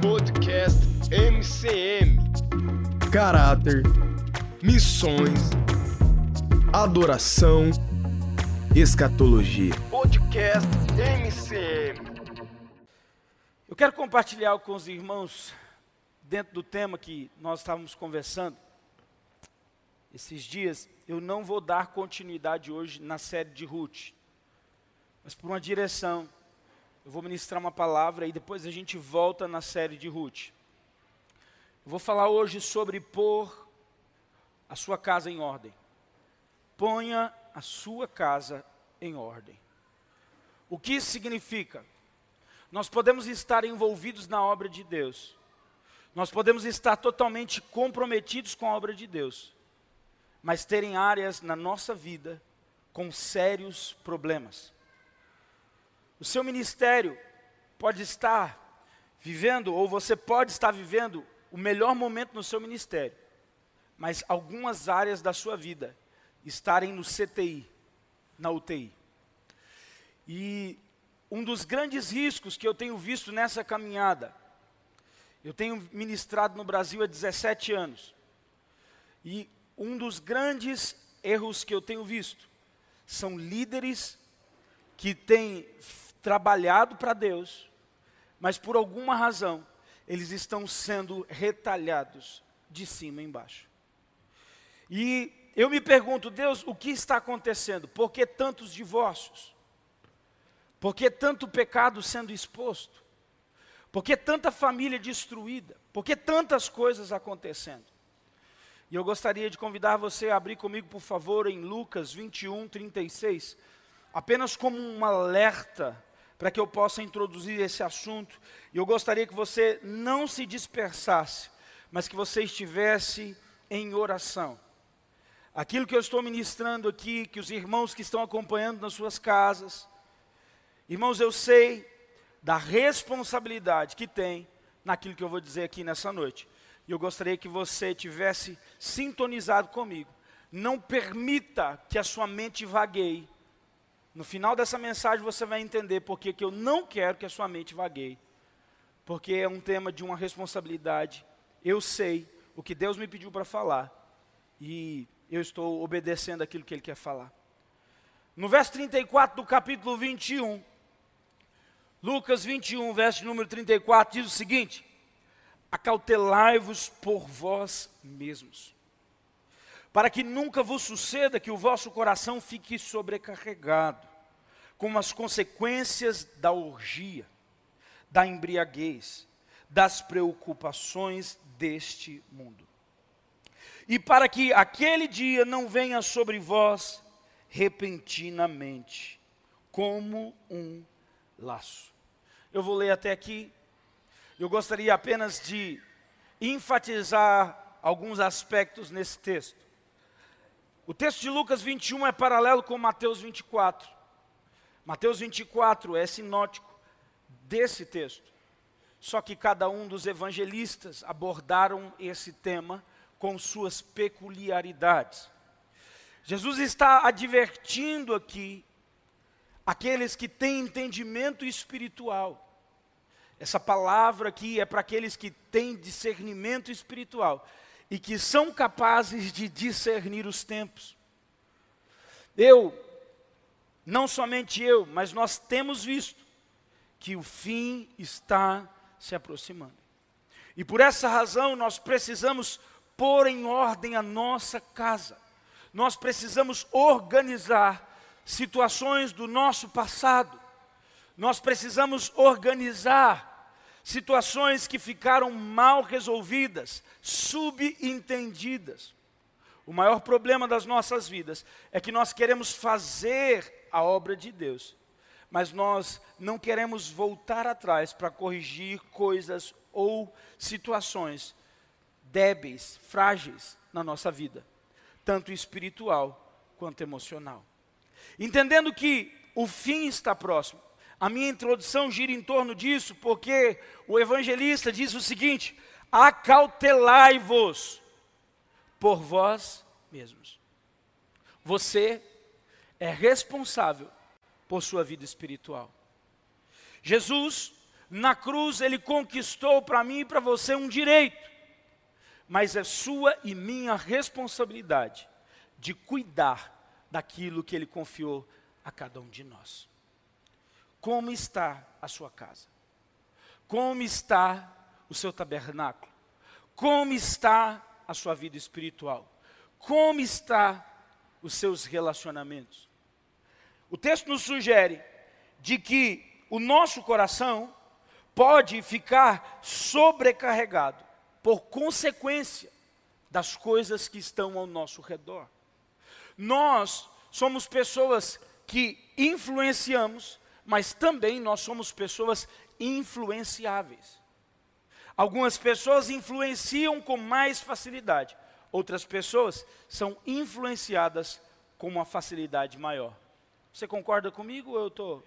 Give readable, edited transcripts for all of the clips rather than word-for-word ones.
Podcast MCM. Caráter, missões, adoração, escatologia. Podcast MCM. Eu quero compartilhar com os irmãos, dentro do tema que nós estávamos conversando, esses dias. Eu não vou dar continuidade hoje na série de Ruth, mas por uma direção, eu vou ministrar uma palavra e depois a gente volta na série de Ruth. Eu vou falar hoje sobre pôr a sua casa em ordem. Ponha a sua casa em ordem. O que isso significa? Nós podemos estar envolvidos na obra de Deus. Nós podemos estar totalmente comprometidos com a obra de Deus, mas terem áreas na nossa vida com sérios problemas. O seu ministério pode estar vivendo, ou você pode estar vivendo o melhor momento no seu ministério, mas algumas áreas da sua vida estarem no CTI, na UTI. E um dos grandes riscos que eu tenho visto nessa caminhada, eu tenho ministrado no Brasil há 17 anos, e um dos grandes erros que eu tenho visto são líderes que têm trabalhado para Deus, mas por alguma razão eles estão sendo retalhados de cima embaixo. E eu me pergunto, Deus, o que está acontecendo? Por que tantos divórcios? Por que tanto pecado sendo exposto? Por que tanta família destruída? Por que tantas coisas acontecendo? E eu gostaria de convidar você a abrir comigo, por favor, em Lucas 21, 36, apenas como um alerta, para que eu possa introduzir esse assunto. E eu gostaria que você não se dispersasse, mas que você estivesse em oração. Aquilo que eu estou ministrando aqui, que os irmãos que estão acompanhando nas suas casas, irmãos, eu sei da responsabilidade que tem naquilo que eu vou dizer aqui nessa noite. E eu gostaria que você tivesse sintonizado comigo. Não permita que a sua mente vagueie. No final dessa mensagem você vai entender por que eu não quero que a sua mente vagueie. Porque é um tema de uma responsabilidade. Eu sei o que Deus me pediu para falar. E eu estou obedecendo aquilo que Ele quer falar. No verso 34 do capítulo 21, Lucas 21, verso número 34, diz o seguinte: acautelai-vos por vós mesmos, para que nunca vos suceda que o vosso coração fique sobrecarregado, com as consequências da orgia, da embriaguez, das preocupações deste mundo. E para que aquele dia não venha sobre vós repentinamente, como um laço. Eu vou ler até aqui. Eu gostaria apenas de enfatizar alguns aspectos nesse texto. O texto de Lucas 21 é paralelo com Mateus 24. Mateus 24 é sinótico desse texto. Só que cada um dos evangelistas abordaram esse tema com suas peculiaridades. Jesus está advertindo aqui aqueles que têm entendimento espiritual. Essa palavra aqui é para aqueles que têm discernimento espiritual e que são capazes de discernir os tempos. Não somente eu, mas nós temos visto que o fim está se aproximando. E por essa razão nós precisamos pôr em ordem a nossa casa. Nós precisamos organizar situações do nosso passado. Nós precisamos organizar situações que ficaram mal resolvidas, subentendidas. O maior problema das nossas vidas é que nós queremos fazer a obra de Deus, mas nós não queremos voltar atrás para corrigir coisas ou situações débeis, frágeis na nossa vida, tanto espiritual quanto emocional. Entendendo que o fim está próximo, a minha introdução gira em torno disso, porque o evangelista diz o seguinte: acautelai-vos por vós mesmos. Você é responsável por sua vida espiritual. Jesus Na cruz Ele conquistou para mim e para você um direito. Mas é sua e minha responsabilidade de cuidar daquilo que Ele confiou a cada um de nós. Como está a sua casa? Como está o seu tabernáculo? Como está a sua vida espiritual? Como está os seus relacionamentos? O texto nos sugere de que o nosso coração pode ficar sobrecarregado por consequência das coisas que estão ao nosso redor. Nós somos pessoas que influenciamos, mas também nós somos pessoas influenciáveis. Algumas pessoas influenciam com mais facilidade, outras pessoas são influenciadas com uma facilidade maior. Você concorda comigo ou eu estou...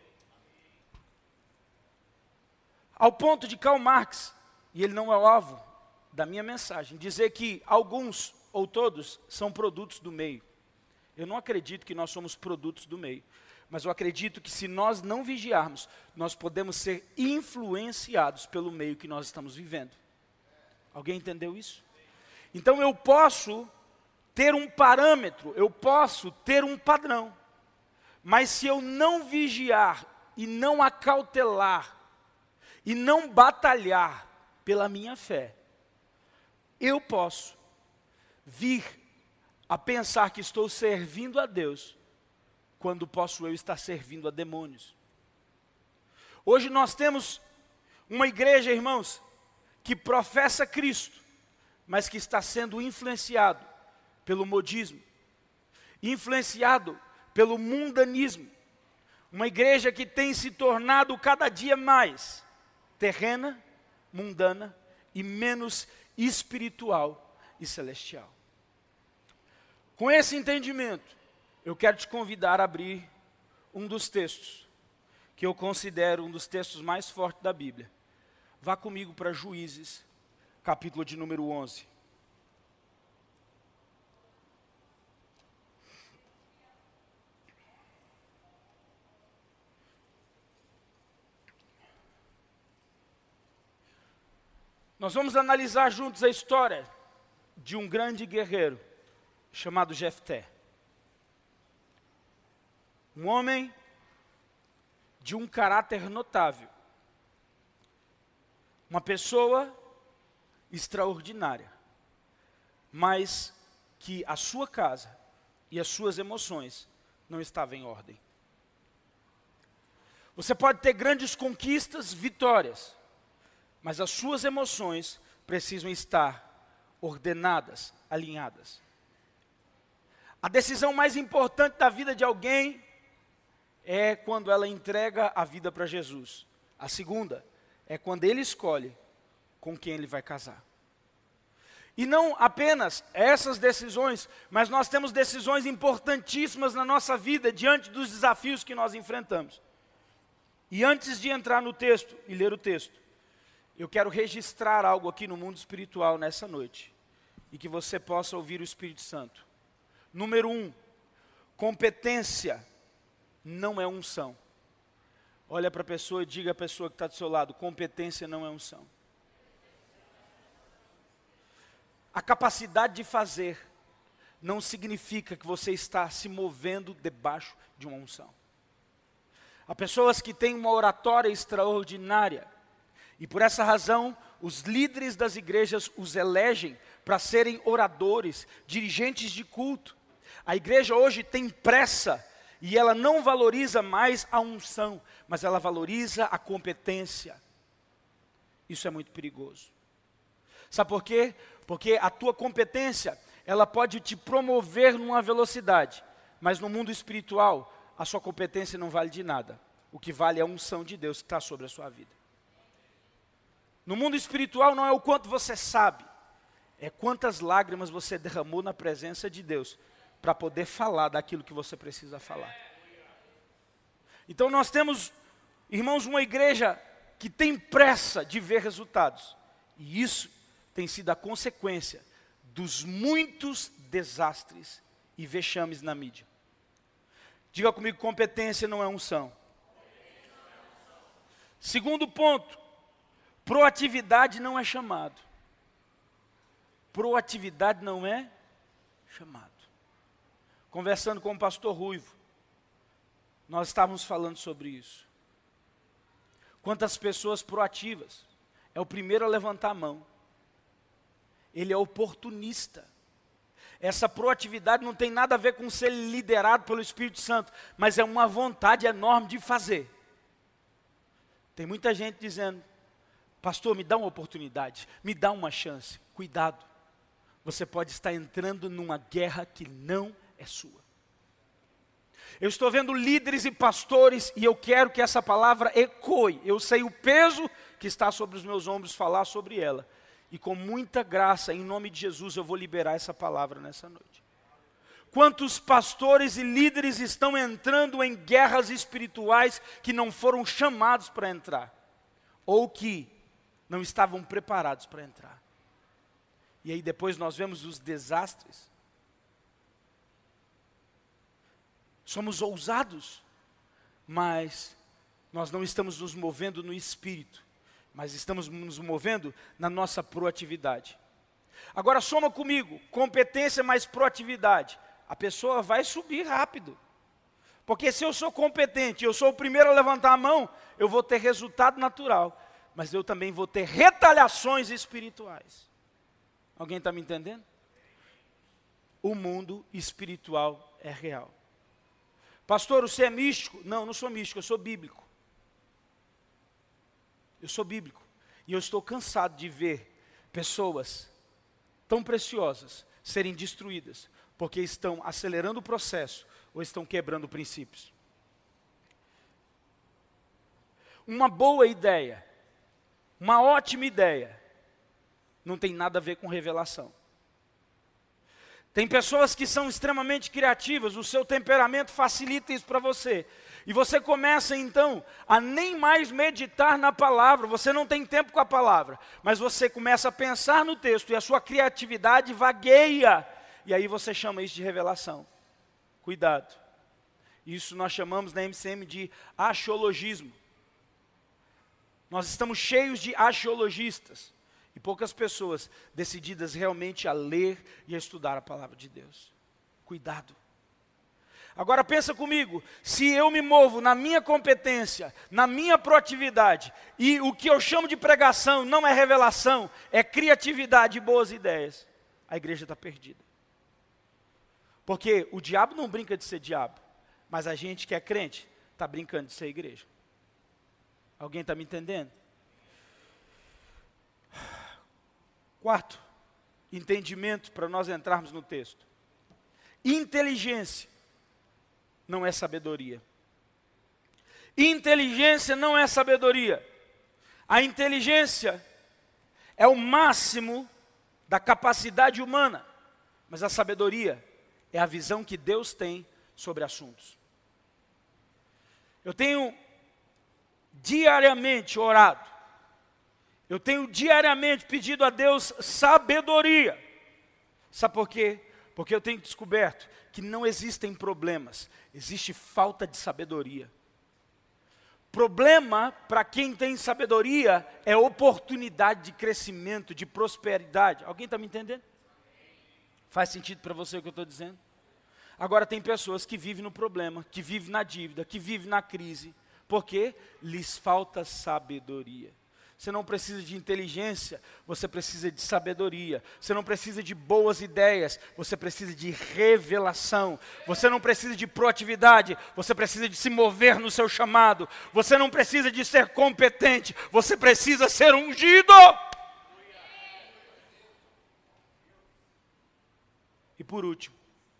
Ao ponto de Karl Marx, e ele não é o alvo da minha mensagem, dizer que alguns ou todos são produtos do meio. Eu não acredito que nós somos produtos do meio, mas eu acredito que se nós não vigiarmos, nós podemos ser influenciados pelo meio que nós estamos vivendo. Alguém entendeu isso? Então eu posso ter um parâmetro, eu posso ter um padrão, mas se eu não vigiar e não acautelar, e não batalhar pela minha fé, eu posso vir a pensar que estou servindo a Deus, quando posso eu estar servindo a demônios. Hoje nós temos uma igreja, irmãos, que professa Cristo, mas que está sendo influenciado pelo modismo, influenciado pelo mundanismo. Uma igreja que tem se tornado cada dia mais terrena, mundana e menos espiritual e celestial. Com esse entendimento, eu quero te convidar a abrir um dos textos que eu considero um dos textos mais fortes da Bíblia. Vá comigo para Juízes, capítulo de número 11. Nós vamos analisar juntos a história de um grande guerreiro chamado Jefté. Um homem de um caráter notável. Uma pessoa extraordinária, mas que a sua casa e as suas emoções não estavam em ordem. Você pode ter grandes conquistas, vitórias, mas as suas emoções precisam estar ordenadas, alinhadas. A decisão mais importante da vida de alguém é quando ela entrega a vida para Jesus. A segunda é quando ele escolhe com quem ele vai casar. E não apenas essas decisões, mas nós temos decisões importantíssimas na nossa vida diante dos desafios que nós enfrentamos. E antes de entrar no texto e ler o texto, eu quero registrar algo aqui no mundo espiritual nessa noite, e que você possa ouvir o Espírito Santo. Número 1, competência não é unção. Olha para a pessoa e diga à pessoa que está do seu lado, competência não é unção. A capacidade de fazer não significa que você está se movendo debaixo de uma unção. Há pessoas que têm uma oratória extraordinária, e por essa razão, os líderes das igrejas os elegem para serem oradores, dirigentes de culto. A igreja hoje tem pressa, e ela não valoriza mais a unção, mas ela valoriza a competência. Isso é muito perigoso. Sabe por quê? Porque a tua competência, ela pode te promover numa velocidade, mas no mundo espiritual, a sua competência não vale de nada. O que vale é a unção de Deus que está sobre a sua vida. No mundo espiritual não é o quanto você sabe, é quantas lágrimas você derramou na presença de Deus para poder falar daquilo que você precisa falar. Então nós temos, irmãos, uma igreja que tem pressa de ver resultados. E isso tem sido a consequência dos muitos desastres e vexames na mídia. Diga comigo, competência não é unção. Segundo ponto, Proatividade não é chamado. Proatividade não é chamado. Conversando com o pastor Ruivo, nós estávamos falando sobre isso. Quantas pessoas proativas? É o primeiro a levantar a mão. Ele é oportunista. Essa proatividade não tem nada a ver com ser liderado pelo Espírito Santo, mas é uma vontade enorme de fazer. Tem muita gente dizendo: pastor, me dá uma oportunidade, me dá uma chance. Cuidado, você pode estar entrando numa guerra que não é sua. Eu estou vendo líderes e pastores e eu quero que essa palavra ecoe. Eu sei o peso que está sobre os meus ombros falar sobre ela. E com muita graça, em nome de Jesus, eu vou liberar essa palavra nessa noite. Quantos pastores e líderes estão entrando em guerras espirituais que não foram chamados para entrar, ou que não estavam preparados para entrar. E aí depois nós vemos os desastres. Somos ousados, mas nós não estamos nos movendo no espírito, mas estamos nos movendo na nossa proatividade. Agora soma comigo, competência mais proatividade. A pessoa vai subir rápido. Porque se eu sou competente, eu sou o primeiro a levantar a mão, eu vou ter resultado natural, mas eu também vou ter retaliações espirituais. Alguém está me entendendo? O mundo espiritual é real. Pastor, você é místico? Não, não sou místico, eu sou bíblico. Eu sou bíblico. E eu estou cansado de ver pessoas tão preciosas serem destruídas, porque estão acelerando o processo ou estão quebrando princípios. Uma boa ideia, uma ótima ideia, não tem nada a ver com revelação. Tem pessoas que são extremamente criativas, o seu temperamento facilita isso para você. E você começa então a nem mais meditar na palavra, você não tem tempo com a palavra, mas você começa a pensar no texto e a sua criatividade vagueia. E aí você chama isso de revelação. Cuidado. Isso nós chamamos na MCM de axiologismo. Nós estamos cheios de axiologistas. E poucas pessoas decididas realmente a ler e a estudar a palavra de Deus. Cuidado. Agora pensa comigo, se eu me movo na minha competência, na minha proatividade, e o que eu chamo de pregação não é revelação, é criatividade e boas ideias, a igreja está perdida. Porque o diabo não brinca de ser diabo, mas a gente que é crente está brincando de ser igreja. Alguém está me entendendo? Quarto, entendimento para nós entrarmos no texto. Inteligência não é sabedoria. Inteligência não é sabedoria. A inteligência é o máximo da capacidade humana, mas a sabedoria é a visão que Deus tem sobre assuntos. Eu tenho diariamente orado, eu tenho diariamente pedido a Deus sabedoria. Sabe por quê? Porque eu tenho descoberto que não existem problemas, existe falta de sabedoria. Problema para quem tem sabedoria é oportunidade de crescimento, de prosperidade. Alguém está me entendendo? Faz sentido para você o que eu estou dizendo? Agora tem pessoas que vivem no problema, que vivem na dívida, que vivem na crise, porque lhes falta sabedoria. Você não precisa de inteligência, você precisa de sabedoria. Você não precisa de boas ideias, você precisa de revelação. Você não precisa de proatividade, você precisa de se mover no seu chamado. Você não precisa de ser competente, você precisa ser ungido. E por último,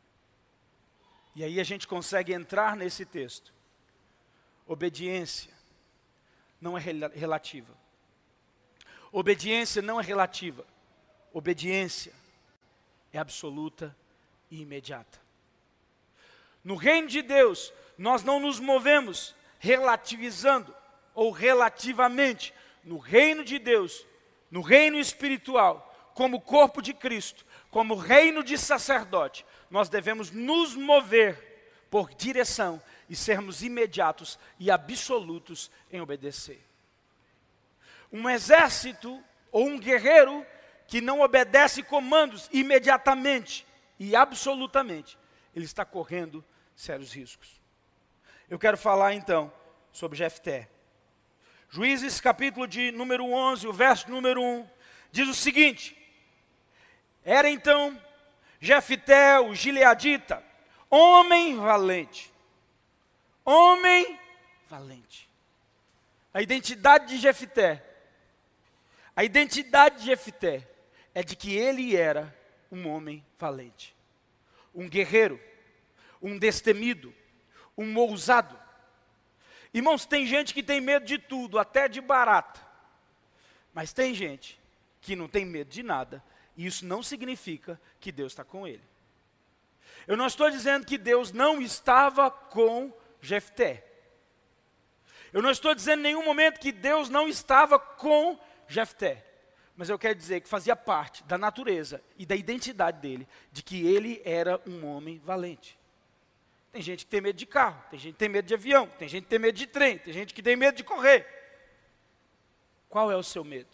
e aí a gente consegue entrar nesse texto. Obediência não é relativa. Obediência não é relativa. Obediência é absoluta e imediata. No reino de Deus, nós não nos movemos relativizando ou relativamente. No reino de Deus, no reino espiritual, como corpo de Cristo, como reino de sacerdote, nós devemos nos mover por direção e sermos imediatos e absolutos em obedecer. Um exército ou um guerreiro que não obedece comandos imediatamente e absolutamente, ele está correndo sérios riscos. Eu quero falar então sobre Jefté. Juízes capítulo de número 11, o verso número 1, diz o seguinte: era então Jefté, o gileadita, homem valente. Homem valente. A identidade de Jefté é de que ele era um homem valente, um guerreiro, um destemido, um ousado. Irmãos, tem gente que tem medo de tudo, até de barata. Mas tem gente que não tem medo de nada, e isso não significa que Deus está com ele. Eu não estou dizendo que Deus não estava com Jefté. Eu não estou dizendo em nenhum momento que Deus não estava com Jefté. Mas eu quero dizer que fazia parte da natureza e da identidade dele, de que ele era um homem valente. Tem gente que tem medo de carro, tem gente que tem medo de avião, tem gente que tem medo de trem, tem gente que tem medo de correr. Qual é o seu medo?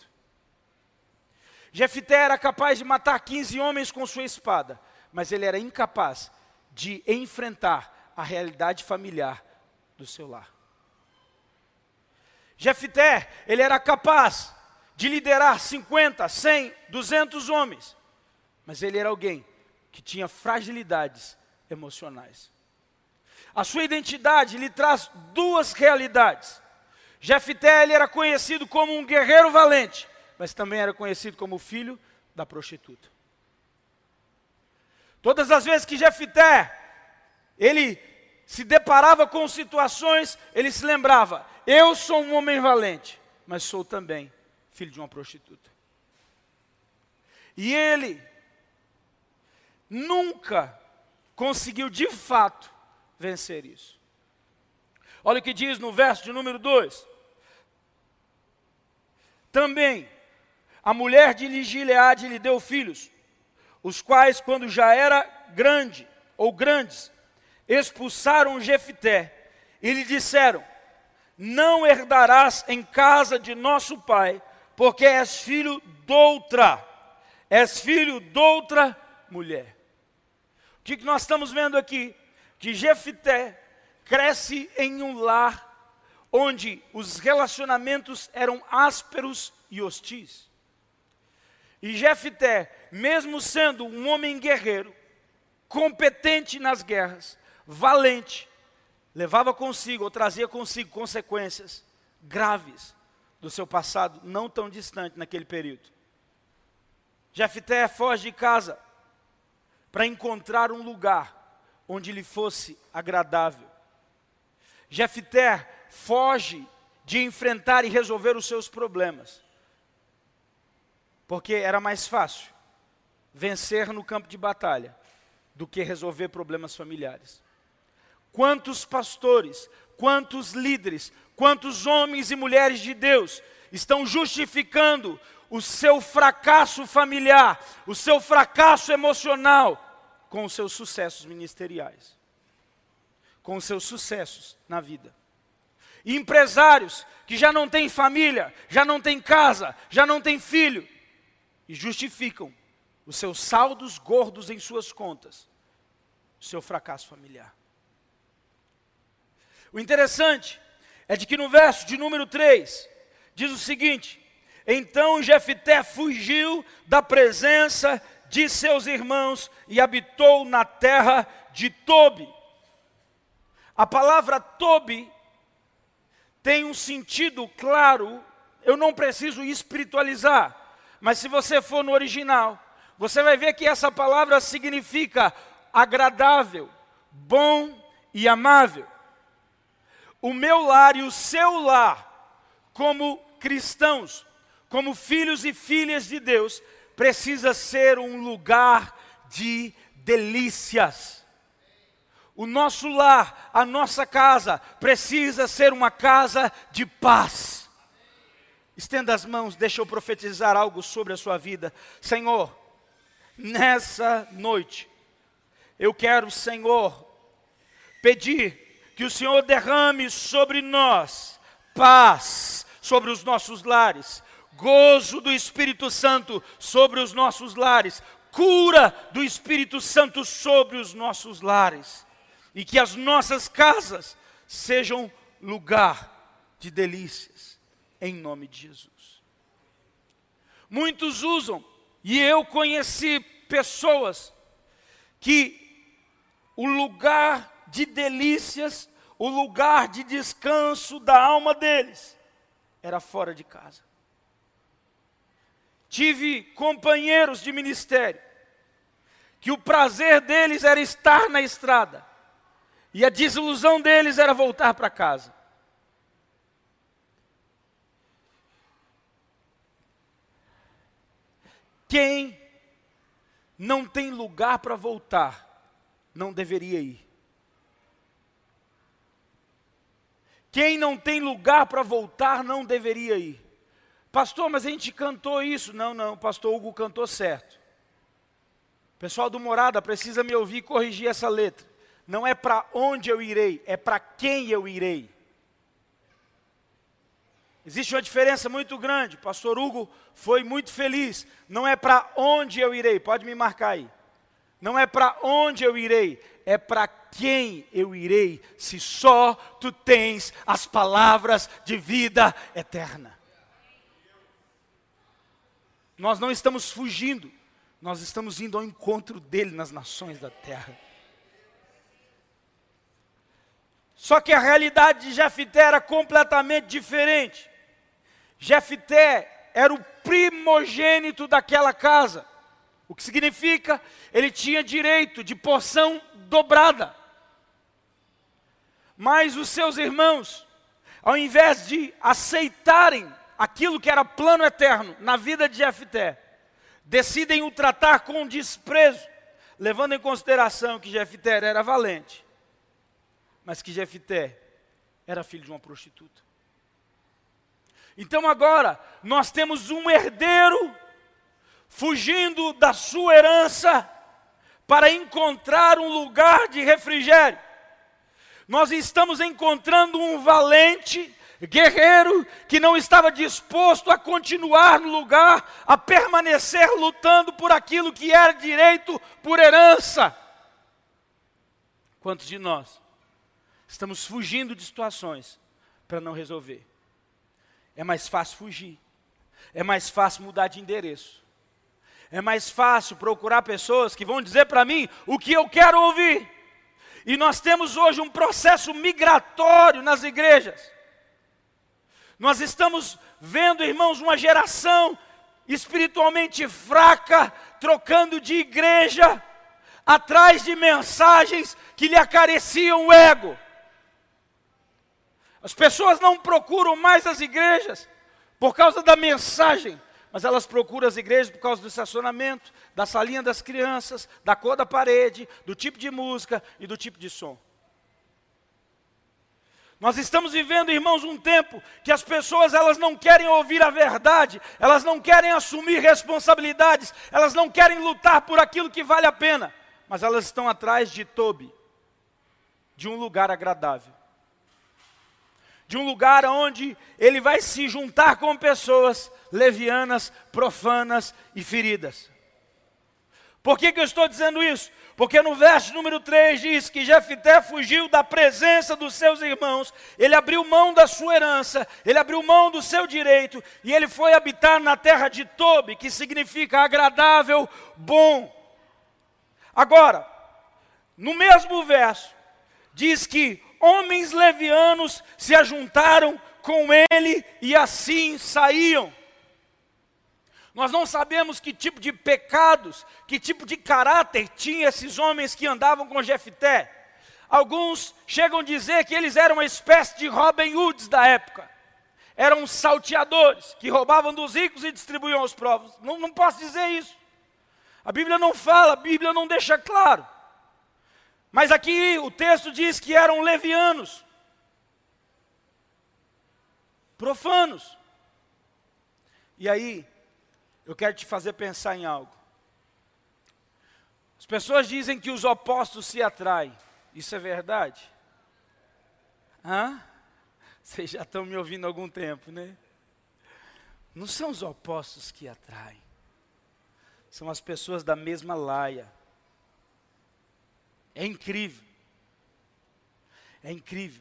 Jefté era capaz de matar 15 homens com sua espada, mas ele era incapaz de enfrentar a realidade familiar do seu lar. Jefté, ele era capaz de liderar 50, 100, 200 homens, mas ele era alguém que tinha fragilidades emocionais. A sua identidade lhe traz duas realidades. Jefté, ele era conhecido como um guerreiro valente, mas também era conhecido como filho da prostituta. Todas as vezes que Jefté, ele se deparava com situações, ele se lembrava: eu sou um homem valente, mas sou também filho de uma prostituta. E ele nunca conseguiu de fato vencer isso. Olha o que diz no verso de número 2. Também a mulher de Gileade lhe deu filhos, os quais, quando já era grande ou grandes, expulsaram Jefté e lhe disseram: não herdarás em casa de nosso pai, porque és filho doutra mulher. O que nós estamos vendo aqui? Que Jefté cresce em um lar onde os relacionamentos eram ásperos e hostis. E Jefté, mesmo sendo um homem guerreiro, competente nas guerras, valente, levava consigo ou trazia consigo consequências graves do seu passado não tão distante naquele período. Jefté foge de casa para encontrar um lugar onde lhe fosse agradável. Jefté foge de enfrentar e resolver os seus problemas, porque era mais fácil vencer no campo de batalha do que resolver problemas familiares. Quantos pastores, quantos líderes, quantos homens e mulheres de Deus estão justificando o seu fracasso familiar, o seu fracasso emocional, com os seus sucessos ministeriais, com os seus sucessos na vida. E empresários que já não têm família, já não têm casa, já não têm filho, e justificam os seus saldos gordos em suas contas, o seu fracasso familiar. O interessante é de que no verso de número 3, diz o seguinte: então Jefté fugiu da presença de seus irmãos e habitou na terra de Tobi. A palavra Tobi tem um sentido claro, eu não preciso espiritualizar, mas se você for no original, você vai ver que essa palavra significa agradável, bom e amável. O meu lar e o seu lar, como cristãos, como filhos e filhas de Deus, precisa ser um lugar de delícias. O nosso lar, a nossa casa, precisa ser uma casa de paz. Estenda as mãos, deixa eu profetizar algo sobre a sua vida. Senhor, nessa noite, eu quero, Senhor, pedir que o Senhor derrame sobre nós paz, sobre os nossos lares, gozo do Espírito Santo sobre os nossos lares, cura do Espírito Santo sobre os nossos lares, e que as nossas casas sejam lugar de delícias, em nome de Jesus. Muitos usam, e eu conheci pessoas que o lugar de delícias, o lugar de descanso da alma deles era fora de casa. Tive companheiros de ministério que o prazer deles era estar na estrada e a desilusão deles era voltar para casa. Quem não tem lugar para voltar, não deveria ir. Quem não tem lugar para voltar, não deveria ir. Pastor, mas a gente cantou isso. Não, o pastor Hugo cantou certo. O pessoal do Morada precisa me ouvir e corrigir essa letra. Não é para onde eu irei, é para quem eu irei. Existe uma diferença muito grande. O pastor Hugo foi muito feliz. Não é para onde eu irei, pode me marcar aí. Não é para onde eu irei, é para quem eu irei, se só tu tens as palavras de vida eterna. Nós não estamos fugindo, nós estamos indo ao encontro dele nas nações da terra. Só que a realidade de Jefté era completamente diferente. Jefté era o primogênito daquela casa. O que significa, ele tinha direito de porção dobrada. Mas os seus irmãos, ao invés de aceitarem aquilo que era plano eterno na vida de Jefté, decidem o tratar com desprezo, levando em consideração que Jefté era valente, mas que Jefté era filho de uma prostituta. Então agora, nós temos um herdeiro fugindo da sua herança para encontrar um lugar de refrigério. Nós estamos encontrando um valente guerreiro que não estava disposto a continuar no lugar, a permanecer lutando por aquilo que era direito por herança. Quantos de nós estamos fugindo de situações para não resolver? É mais fácil fugir, é mais fácil mudar de endereço, é mais fácil procurar pessoas que vão dizer para mim o que eu quero ouvir. E nós temos hoje um processo migratório nas igrejas. Nós estamos vendo, irmãos, uma geração espiritualmente fraca, trocando de igreja, atrás de mensagens que lhe acariciam o ego. As pessoas não procuram mais as igrejas por causa da mensagem, mas elas procuram as igrejas por causa do estacionamento, da salinha das crianças, da cor da parede, do tipo de música e do tipo de som. Nós estamos vivendo, irmãos, um tempo que as pessoas elas não querem ouvir a verdade, elas não querem assumir responsabilidades, elas não querem lutar por aquilo que vale a pena, mas elas estão atrás de Tobi, de um lugar agradável, de um lugar onde ele vai se juntar com pessoas levianas, profanas e feridas. Por que eu estou dizendo isso? Porque no verso número 3 diz que Jefté fugiu da presença dos seus irmãos, ele abriu mão da sua herança, ele abriu mão do seu direito, e ele foi habitar na terra de Tobi, que significa agradável, bom. Agora, no mesmo verso, diz que homens levianos se ajuntaram com ele e assim saíam. Nós não sabemos que tipo de pecados, que tipo de caráter tinham esses homens que andavam com Jefté. Alguns chegam a dizer que eles eram uma espécie de Robin Hoods da época. Eram salteadores, que roubavam dos ricos e distribuíam aos pobres. Não posso dizer isso. A Bíblia não fala, a Bíblia não deixa claro. Mas aqui o texto diz que eram levianos, profanos. E aí, eu quero te fazer pensar em algo. As pessoas dizem que os opostos se atraem. Isso é verdade? Hã? Vocês já estão me ouvindo há algum tempo, né? Não são os opostos que atraem. São as pessoas da mesma laia. É incrível. É incrível.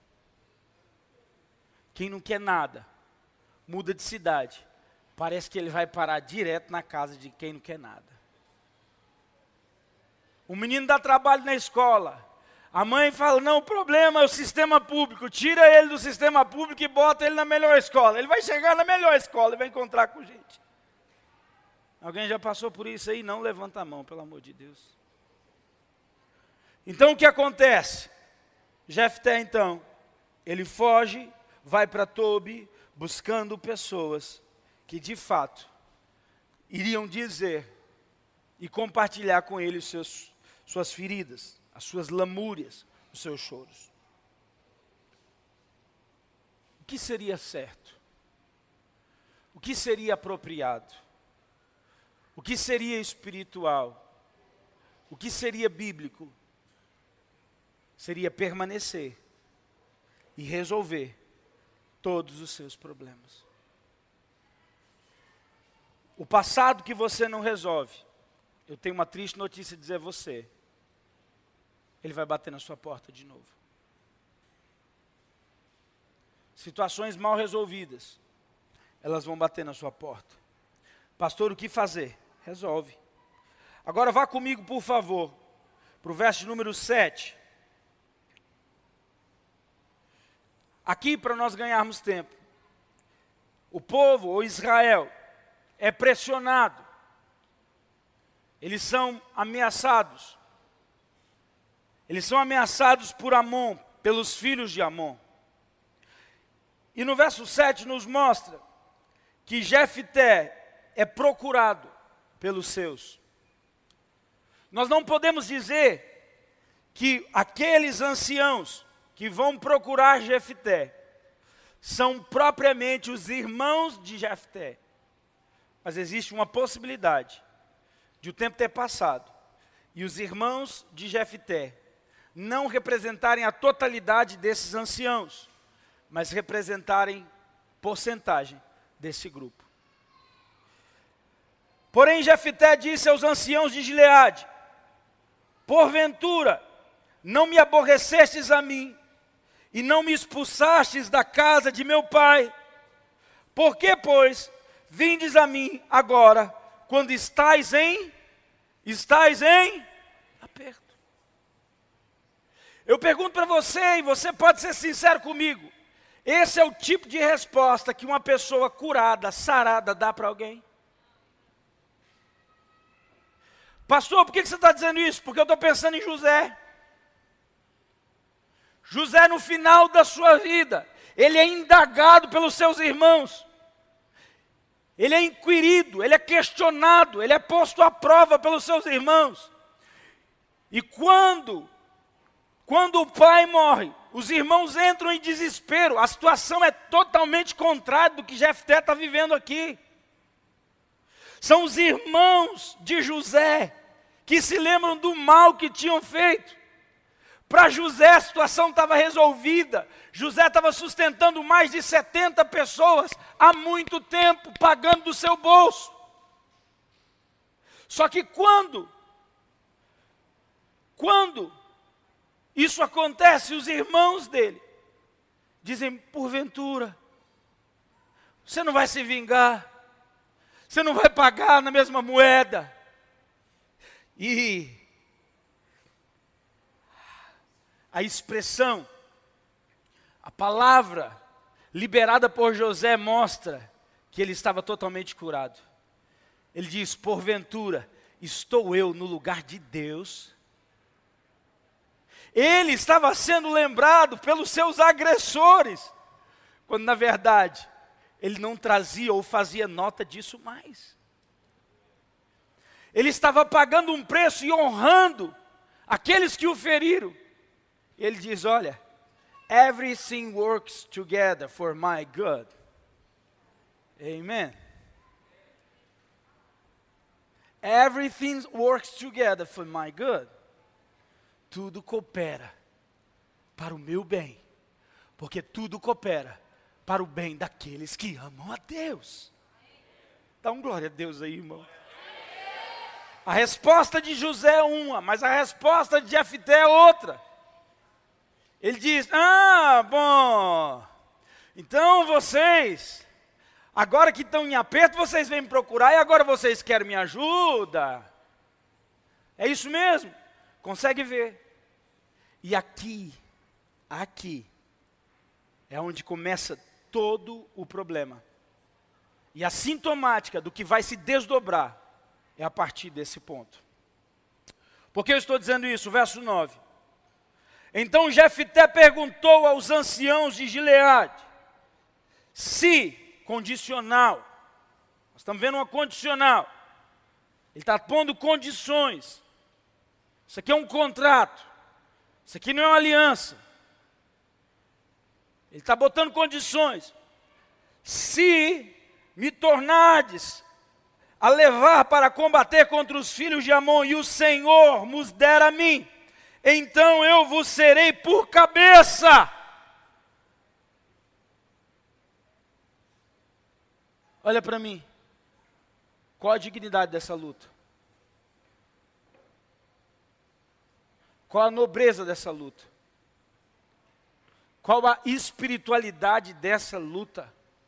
Quem não quer nada, muda de cidade. Parece que ele vai parar direto na casa de quem não quer nada. O menino dá trabalho na escola. A mãe fala, não, o problema é o sistema público. Tira ele do sistema público e bota ele na melhor escola. Ele vai chegar na melhor escola e vai encontrar com gente. Alguém já passou por isso aí? Não levanta a mão, pelo amor de Deus. Então o que acontece? Jefté então, ele foge, vai para Tobi, buscando pessoas que de fato iriam dizer e compartilhar com ele suas feridas, as suas lamúrias, os seus choros. O que seria certo? O que seria apropriado? O que seria espiritual? O que seria bíblico? Seria permanecer e resolver todos os seus problemas. O passado que você não resolve, eu tenho uma triste notícia a dizer a você. Ele vai bater na sua porta de novo. Situações mal resolvidas, elas vão bater na sua porta. Pastor, o que fazer? Resolve. Agora vá comigo, por favor, para o verso número 7. Aqui, para nós ganharmos tempo, o povo, ou Israel, é pressionado. Eles são ameaçados. Eles são ameaçados por Amon, pelos filhos de Amon. E no verso 7 nos mostra que Jefté é procurado pelos seus. Nós não podemos dizer que aqueles anciãos que vão procurar Jefté são propriamente os irmãos de Jefté. Mas existe uma possibilidade de o tempo ter passado e os irmãos de Jefté não representarem a totalidade desses anciãos, mas representarem porcentagem desse grupo. Porém, Jefté disse aos anciãos de Gileade: porventura, não me aborrecestes a mim, e não me expulsastes da casa de meu pai? Por que, pois, vindes a mim agora, quando estáis em aperto? Eu pergunto para você, e você pode ser sincero comigo, esse é o tipo de resposta que uma pessoa curada, sarada, dá para alguém? Pastor, por que você está dizendo isso? Porque eu estou pensando em José. José, no final da sua vida, ele é indagado pelos seus irmãos. Ele é inquirido, ele é questionado, ele é posto à prova pelos seus irmãos. E quando o pai morre, os irmãos entram em desespero. A situação é totalmente contrária do que Jefté está vivendo aqui. São os irmãos de José que se lembram do mal que tinham feito. Para José a situação estava resolvida. José estava sustentando mais de 70 pessoas há muito tempo, pagando do seu bolso. Só que quando isso acontece, os irmãos dele dizem: porventura, você não vai se vingar, você não vai pagar na mesma moeda. E a expressão, a palavra liberada por José mostra que ele estava totalmente curado. Ele diz: porventura, estou eu no lugar de Deus? Ele estava sendo lembrado pelos seus agressores, quando na verdade ele não trazia ou fazia nota disso mais. Ele estava pagando um preço e honrando aqueles que o feriram. E ele diz: olha, everything works together for my good. Amen. Everything works together for my good. Tudo coopera para o meu bem, porque tudo coopera para o bem daqueles que amam a Deus. Dá um glória a Deus aí, irmão. A resposta de José é uma, mas a resposta de Jefté é outra. Ele diz, bom, então vocês, agora que estão em aperto, vocês vêm me procurar e agora vocês querem minha ajuda. É isso mesmo? Consegue ver? E aqui é onde começa todo o problema. E a sintomática do que vai se desdobrar é a partir desse ponto. Por que eu estou dizendo isso? Verso 9. Então Jefté perguntou aos anciãos de Gileade, se, condicional, nós estamos vendo uma condicional, ele está pondo condições, isso aqui é um contrato, isso aqui não é uma aliança, ele está botando condições, se me tornardes a levar para combater contra os filhos de Amon, e o Senhor nos der a mim, então eu vos serei por cabeça. Olha para mim, qual a dignidade dessa luta? Qual a nobreza dessa luta? Qual a espiritualidade dessa luta?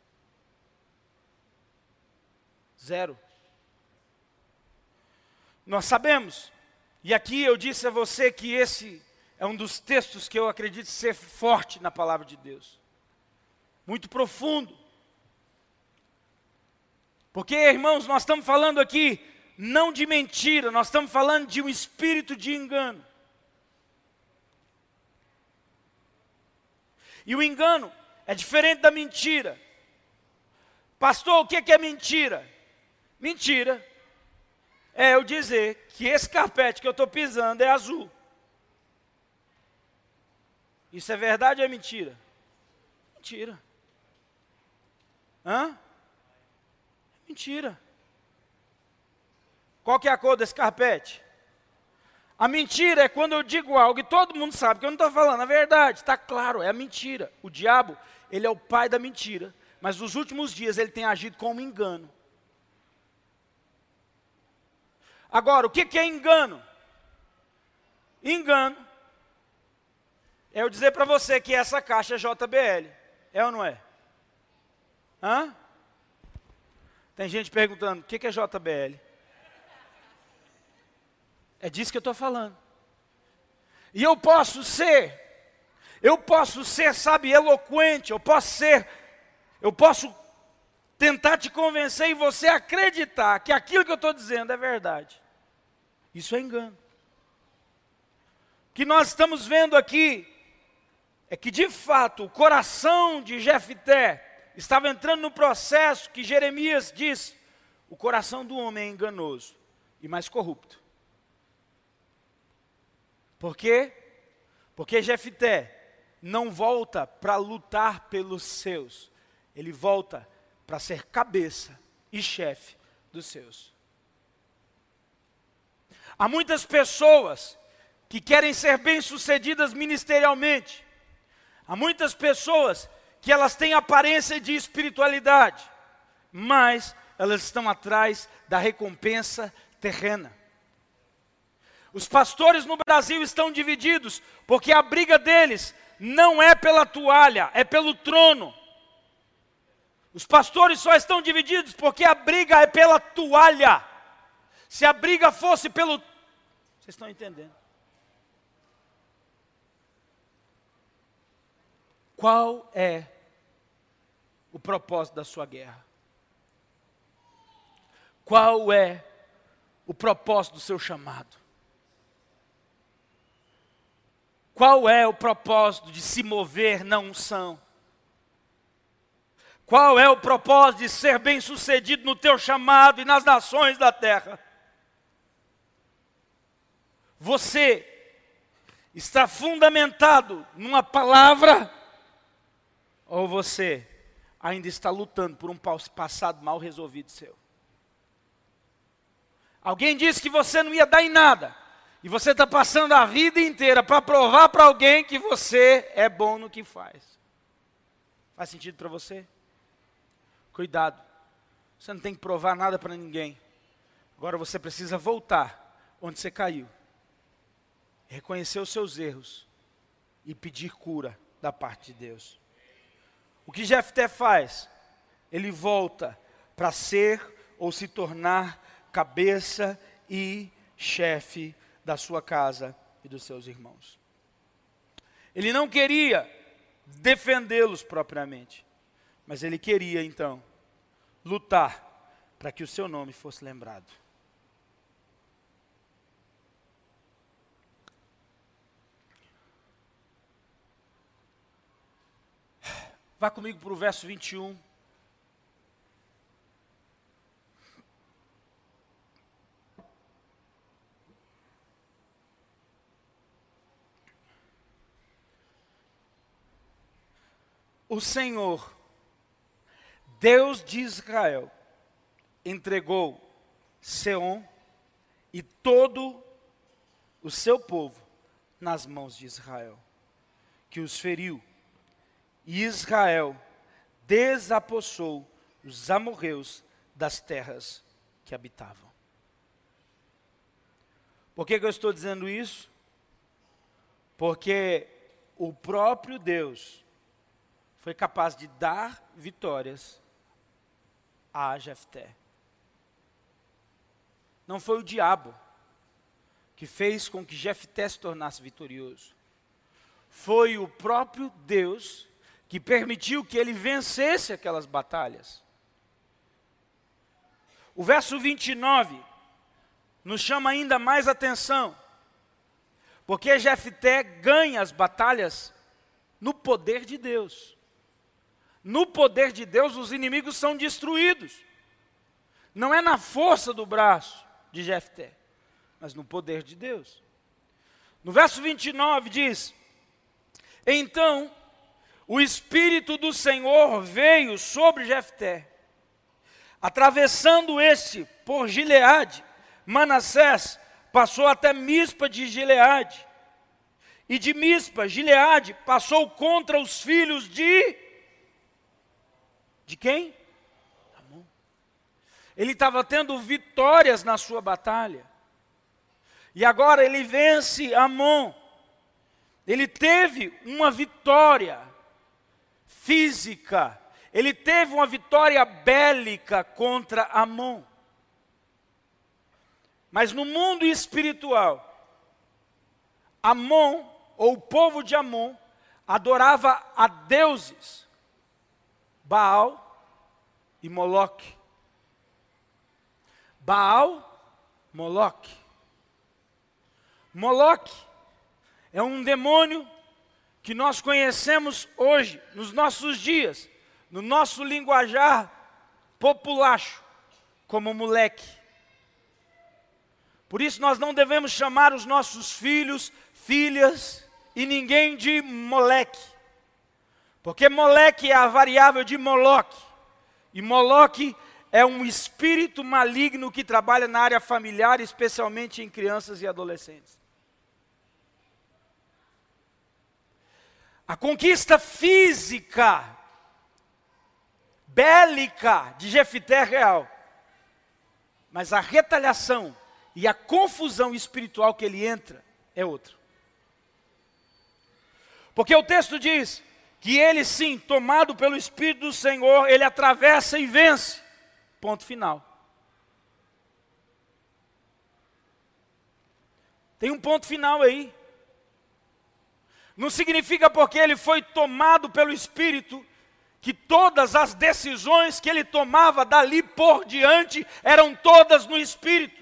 Zero. Nós sabemos, e aqui eu disse a você que esse é um dos textos que eu acredito ser forte na palavra de Deus. Muito profundo. Porque, irmãos, nós estamos falando aqui não de mentira, nós estamos falando de um espírito de engano. E o engano é diferente da mentira. Pastor, o que é mentira? Mentira é eu dizer que esse carpete que eu estou pisando é azul. Isso é verdade ou é mentira? Mentira. Mentira. Qual que é a cor desse carpete? A mentira é quando eu digo algo e todo mundo sabe que eu não estou falando a verdade. Está claro, é a mentira. O diabo, ele é o pai da mentira. Mas nos últimos dias ele tem agido como engano. Agora, o que é engano? Engano é eu dizer para você que essa caixa é JBL. É ou não é? Tem gente perguntando, o que é JBL? É disso que eu estou falando. E eu posso ser, sabe, eloquente, eu posso tentar te convencer e você acreditar que aquilo que eu estou dizendo é verdade. Isso é engano. O que nós estamos vendo aqui é que, de fato, o coração de Jefté estava entrando no processo que Jeremias diz: o coração do homem é enganoso e mais corrupto. Por quê? Porque Jefté não volta para lutar pelos seus, ele volta para ser cabeça e chefe dos seus. Há muitas pessoas que querem ser bem-sucedidas ministerialmente. Há muitas pessoas que elas têm aparência de espiritualidade, mas elas estão atrás da recompensa terrena. Os pastores no Brasil estão divididos, porque a briga deles não é pela toalha, é pelo trono. Os pastores só estão divididos porque a briga é pela toalha. Se a briga fosse pelo... Vocês estão entendendo? Qual é o propósito da sua guerra? Qual é o propósito do seu chamado? Qual é o propósito de se mover na unção? Qual é o propósito de ser bem-sucedido no teu chamado e nas nações da terra? Você está fundamentado numa palavra ou você ainda está lutando por um passado mal resolvido seu? Alguém disse que você não ia dar em nada e você está passando a vida inteira para provar para alguém que você é bom no que faz. Faz sentido para você? Cuidado. Você não tem que provar nada para ninguém. Agora você precisa voltar onde você caiu. Reconhecer os seus erros e pedir cura da parte de Deus. O que Jefté faz? Ele volta para ser ou se tornar cabeça e chefe da sua casa e dos seus irmãos. Ele não queria defendê-los propriamente, mas ele queria então lutar para que o seu nome fosse lembrado. Vá comigo para o verso 21. O Senhor, Deus de Israel, entregou Seom e todo o seu povo nas mãos de Israel, que os feriu. E Israel desapossou os amorreus das terras que habitavam. Por que eu estou dizendo isso? Porque o próprio Deus foi capaz de dar vitórias a Jefté. Não foi o diabo que fez com que Jefté se tornasse vitorioso. Foi o próprio Deus que permitiu que ele vencesse aquelas batalhas. O verso 29 nos chama ainda mais atenção, porque Jefté ganha as batalhas no poder de Deus. No poder de Deus, os inimigos são destruídos. Não é na força do braço de Jefté, mas no poder de Deus. No verso 29 diz: então o Espírito do Senhor veio sobre Jefté, atravessando este por Gileade. Manassés passou até Mispa de Gileade, e de Mispa, Gileade, passou contra os filhos de quem? Amon. Ele estava tendo vitórias na sua batalha. E agora ele vence Amon. Ele teve uma vitória física. Ele teve uma vitória bélica contra Amon. Mas no mundo espiritual, Amon, ou o povo de Amon, adorava a deuses. Baal e Moloque. Baal, Moloque. Moloque é um demônio que nós conhecemos hoje, nos nossos dias, no nosso linguajar populacho, como moleque. Por isso nós não devemos chamar os nossos filhos, filhas e ninguém de Moleque. Porque Moleque é a variável de Moloque. E Moloque é um espírito maligno que trabalha na área familiar, especialmente em crianças e adolescentes. A conquista física, bélica de Jefté é real. Mas a retaliação e a confusão espiritual que ele entra é outra. Porque o texto diz que ele sim, tomado pelo Espírito do Senhor, ele atravessa e vence. Ponto final. Tem um ponto final aí. Não significa porque ele foi tomado pelo Espírito, que todas as decisões que ele tomava dali por diante, eram todas no Espírito.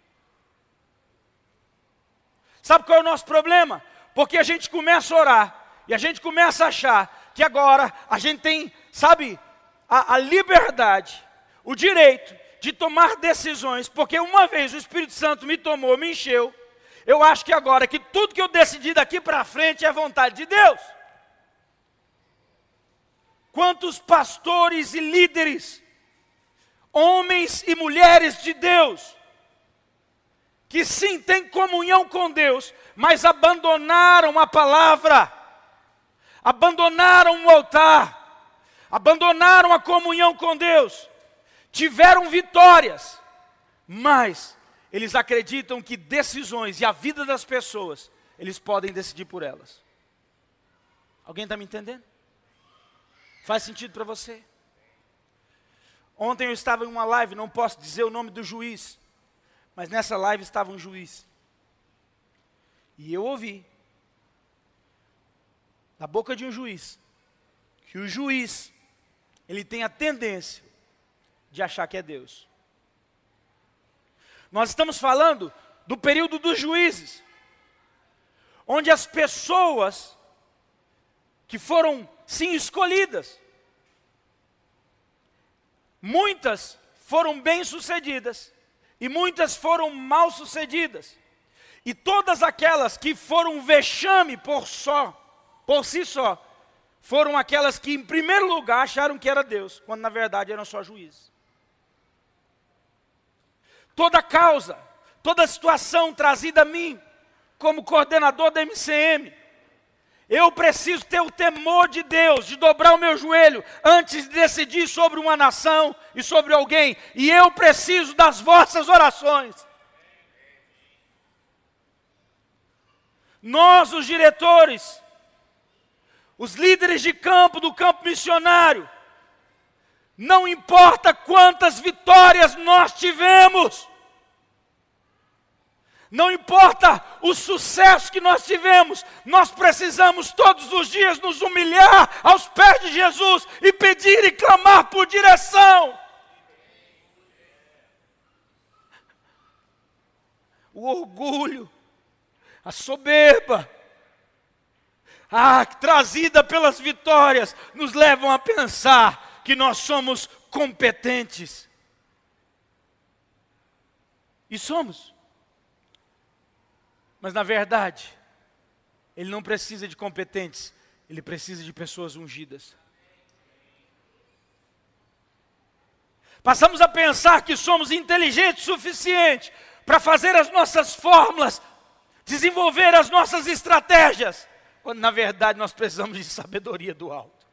Sabe qual é o nosso problema? Porque a gente começa a orar, e a gente começa a achar que agora a gente tem, sabe, a liberdade, o direito de tomar decisões, porque uma vez o Espírito Santo me tomou, me encheu, eu acho que agora que tudo que eu decidi daqui para frente é vontade de Deus. Quantos pastores e líderes, homens e mulheres de Deus, que sim têm comunhão com Deus, mas abandonaram a palavra, abandonaram o altar, abandonaram a comunhão com Deus, tiveram vitórias, mas eles acreditam que decisões e a vida das pessoas, eles podem decidir por elas. Alguém está me entendendo? Faz sentido para você? Ontem eu estava em uma live, não posso dizer o nome do juiz, mas nessa live estava um juiz. E eu ouvi, da boca de um juiz, que o juiz, ele tem a tendência de achar que é Deus. Nós estamos falando do período dos juízes, onde as pessoas que foram, sim, escolhidas, muitas foram bem-sucedidas e muitas foram mal-sucedidas. E todas aquelas que foram vexame por si só, foram aquelas que em primeiro lugar acharam que era Deus, quando na verdade eram só juízes. Toda causa, toda situação trazida a mim, como coordenador da MCM, eu preciso ter o temor de Deus, de dobrar o meu joelho, antes de decidir sobre uma nação e sobre alguém. E eu preciso das vossas orações. Nós, os diretores, os líderes de campo, do campo missionário, não importa quantas vitórias nós tivemos, não importa o sucesso que nós tivemos, nós precisamos todos os dias nos humilhar aos pés de Jesus e pedir e clamar por direção. O orgulho, a soberba, trazida pelas vitórias, nos levam a pensar que nós somos competentes. E somos. Mas na verdade, ele não precisa de competentes, ele precisa de pessoas ungidas. Passamos a pensar que somos inteligentes o suficiente para fazer as nossas fórmulas, desenvolver as nossas estratégias, quando na verdade nós precisamos de sabedoria do alto.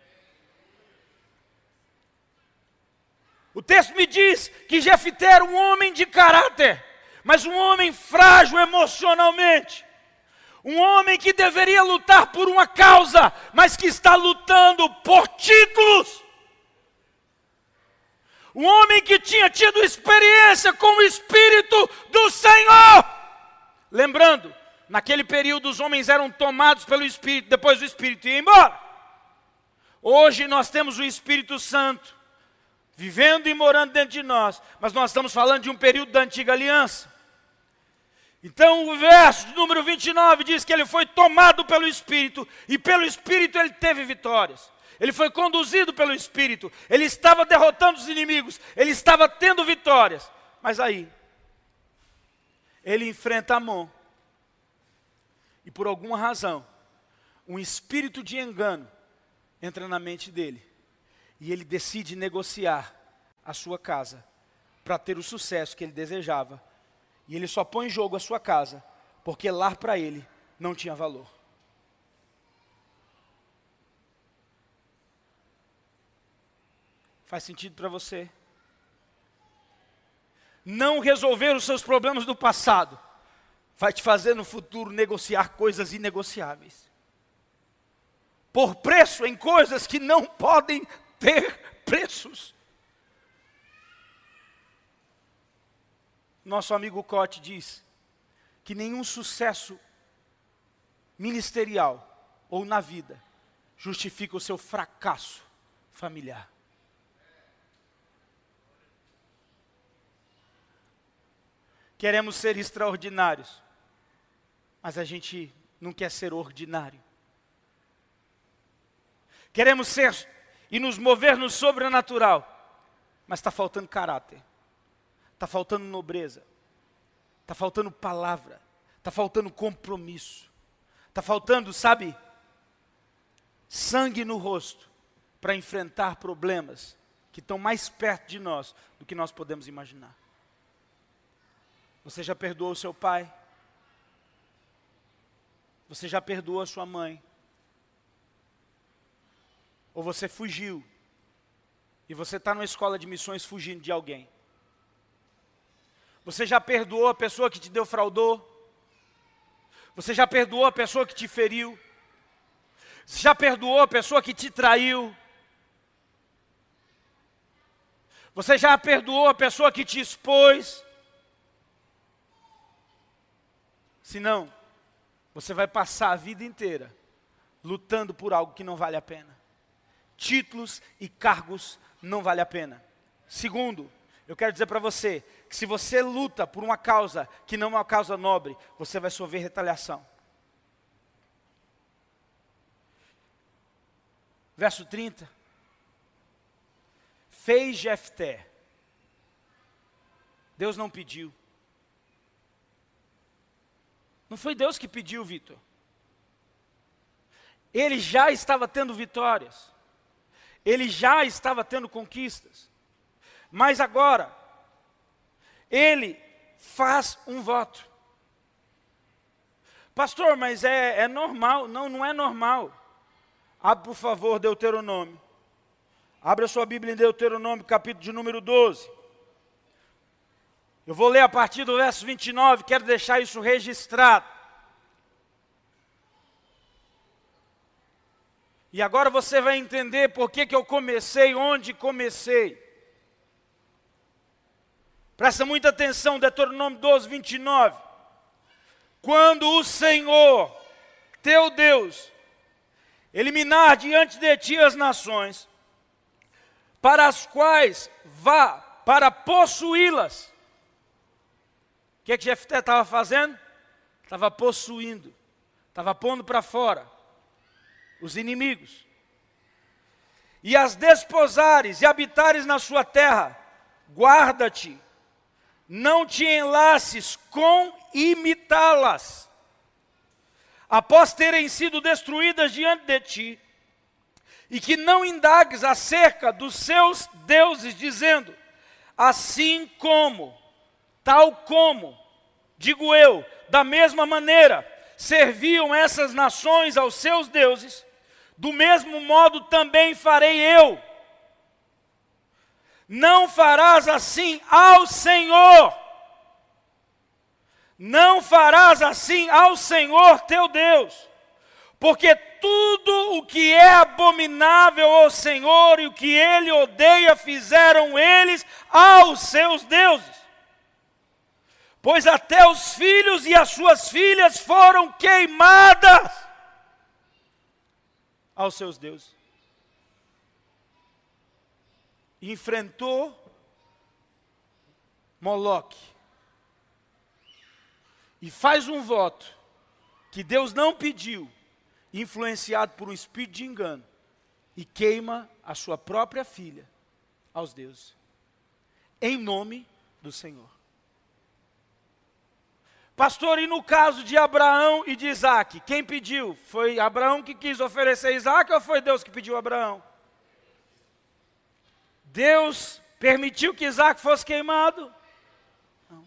O texto me diz que Jefté era um homem de caráter, mas um homem frágil emocionalmente. Um homem que deveria lutar por uma causa, mas que está lutando por títulos. Um homem que tinha tido experiência com o Espírito do Senhor. Lembrando, naquele período os homens eram tomados pelo Espírito, depois o Espírito ia embora. Hoje nós temos o Espírito Santo, vivendo e morando dentro de nós, mas nós estamos falando de um período da antiga aliança. Então o verso de número 29 diz que ele foi tomado pelo Espírito, e pelo Espírito ele teve vitórias. Ele foi conduzido pelo Espírito, ele estava derrotando os inimigos, ele estava tendo vitórias. Mas aí, ele enfrenta Amon, e por alguma razão, um espírito de engano entra na mente dele, e ele decide negociar a sua casa, para ter o sucesso que ele desejava. E ele só põe em jogo a sua casa, porque lar para ele não tinha valor. Faz sentido para você? Não resolver os seus problemas do passado vai te fazer no futuro negociar coisas inegociáveis. Por preço em coisas que não podem ter preços. Nosso amigo Cote diz que nenhum sucesso ministerial ou na vida justifica o seu fracasso familiar. Queremos ser extraordinários, mas a gente não quer ser ordinário. Queremos ser e nos mover no sobrenatural, mas está faltando caráter. Está faltando nobreza, está faltando palavra, está faltando compromisso, está faltando, sabe, sangue no rosto para enfrentar problemas que estão mais perto de nós do que nós podemos imaginar. Você já perdoou o seu pai? Você já perdoou a sua mãe? Ou você fugiu e você está numa escola de missões fugindo de alguém. Você já perdoou a pessoa que te defraudou? Você já perdoou a pessoa que te feriu? Você já perdoou a pessoa que te traiu? Você já perdoou a pessoa que te expôs? Se não, você vai passar a vida inteira lutando por algo que não vale a pena. Títulos e cargos não vale a pena. Segundo, eu quero dizer para você que se você luta por uma causa que não é uma causa nobre, você vai sofrer retaliação. Verso 30. Fez Jefté. Deus não pediu. Não foi Deus que pediu, Vitor. Ele já estava tendo vitórias. Ele já estava tendo conquistas. Mas agora, ele faz um voto. Pastor, mas é normal. Não, não é normal. Abre, por favor, Deuteronômio. Abra sua Bíblia em Deuteronômio, capítulo de número 12. Eu vou ler a partir do verso 29, quero deixar isso registrado. E agora você vai entender por que eu comecei, onde comecei. Presta muita atenção, Deuteronômio 12, 29. Quando o Senhor, teu Deus, eliminar diante de ti as nações, para as quais vá para possuí-las. O que Jefté estava fazendo? Estava possuindo, estava pondo para fora os inimigos. E as desposares e habitares na sua terra, guarda-te, não te enlaces com imitá-las. Após terem sido destruídas diante de ti, e que não indagues acerca dos seus deuses, dizendo, assim como, tal como, digo eu, da mesma maneira, serviam essas nações aos seus deuses, do mesmo modo também farei eu. Não farás assim ao Senhor. Não farás assim ao Senhor teu Deus. Porque tudo o que é abominável ao Senhor e o que Ele odeia, fizeram eles aos seus deuses. Pois até os filhos e as suas filhas foram queimadas aos seus deuses. Enfrentou Moloque e faz um voto que Deus não pediu, influenciado por um espírito de engano, e queima a sua própria filha aos deuses, em nome do Senhor. Pastor, e no caso de Abraão e de Isaac, quem pediu? Foi Abraão que quis oferecer Isaac ou foi Deus que pediu a Abraão? Deus permitiu que Isaac fosse queimado? Não.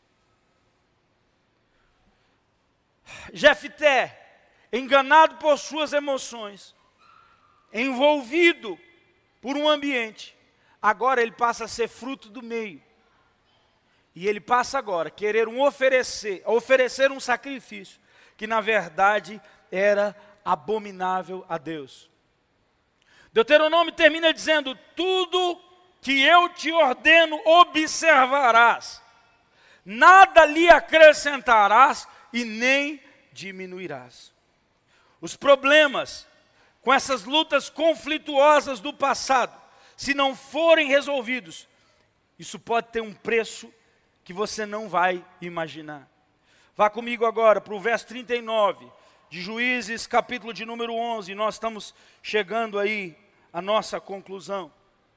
Jefté, enganado por suas emoções, envolvido por um ambiente, agora ele passa a ser fruto do meio. E ele passa agora a querer oferecer um sacrifício, que na verdade era abominável a Deus. Deuteronômio termina dizendo, tudo que eu te ordeno observarás, nada lhe acrescentarás e nem diminuirás. Os problemas com essas lutas conflituosas do passado, se não forem resolvidos, isso pode ter um preço que você não vai imaginar. Vá comigo agora para o verso 39, de Juízes, capítulo de número 11, nós estamos chegando aí à nossa conclusão.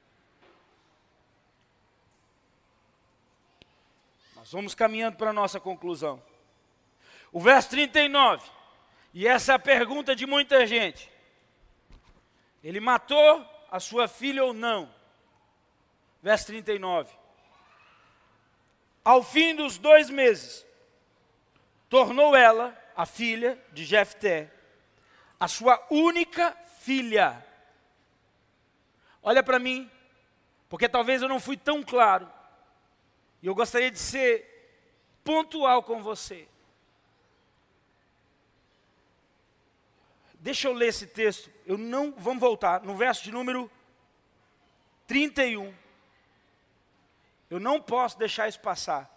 Nós vamos caminhando para a nossa conclusão. O verso 39, e essa é a pergunta de muita gente. Ele matou a sua filha ou não? Verso 39. Ao fim dos 2 meses, tornou ela, a filha de Jefté, a sua única filha. Olha para mim, porque talvez eu não fui tão claro, e eu gostaria de ser pontual com você. Deixa eu ler esse texto, vamos voltar, no verso de número 31. Eu não posso deixar isso passar.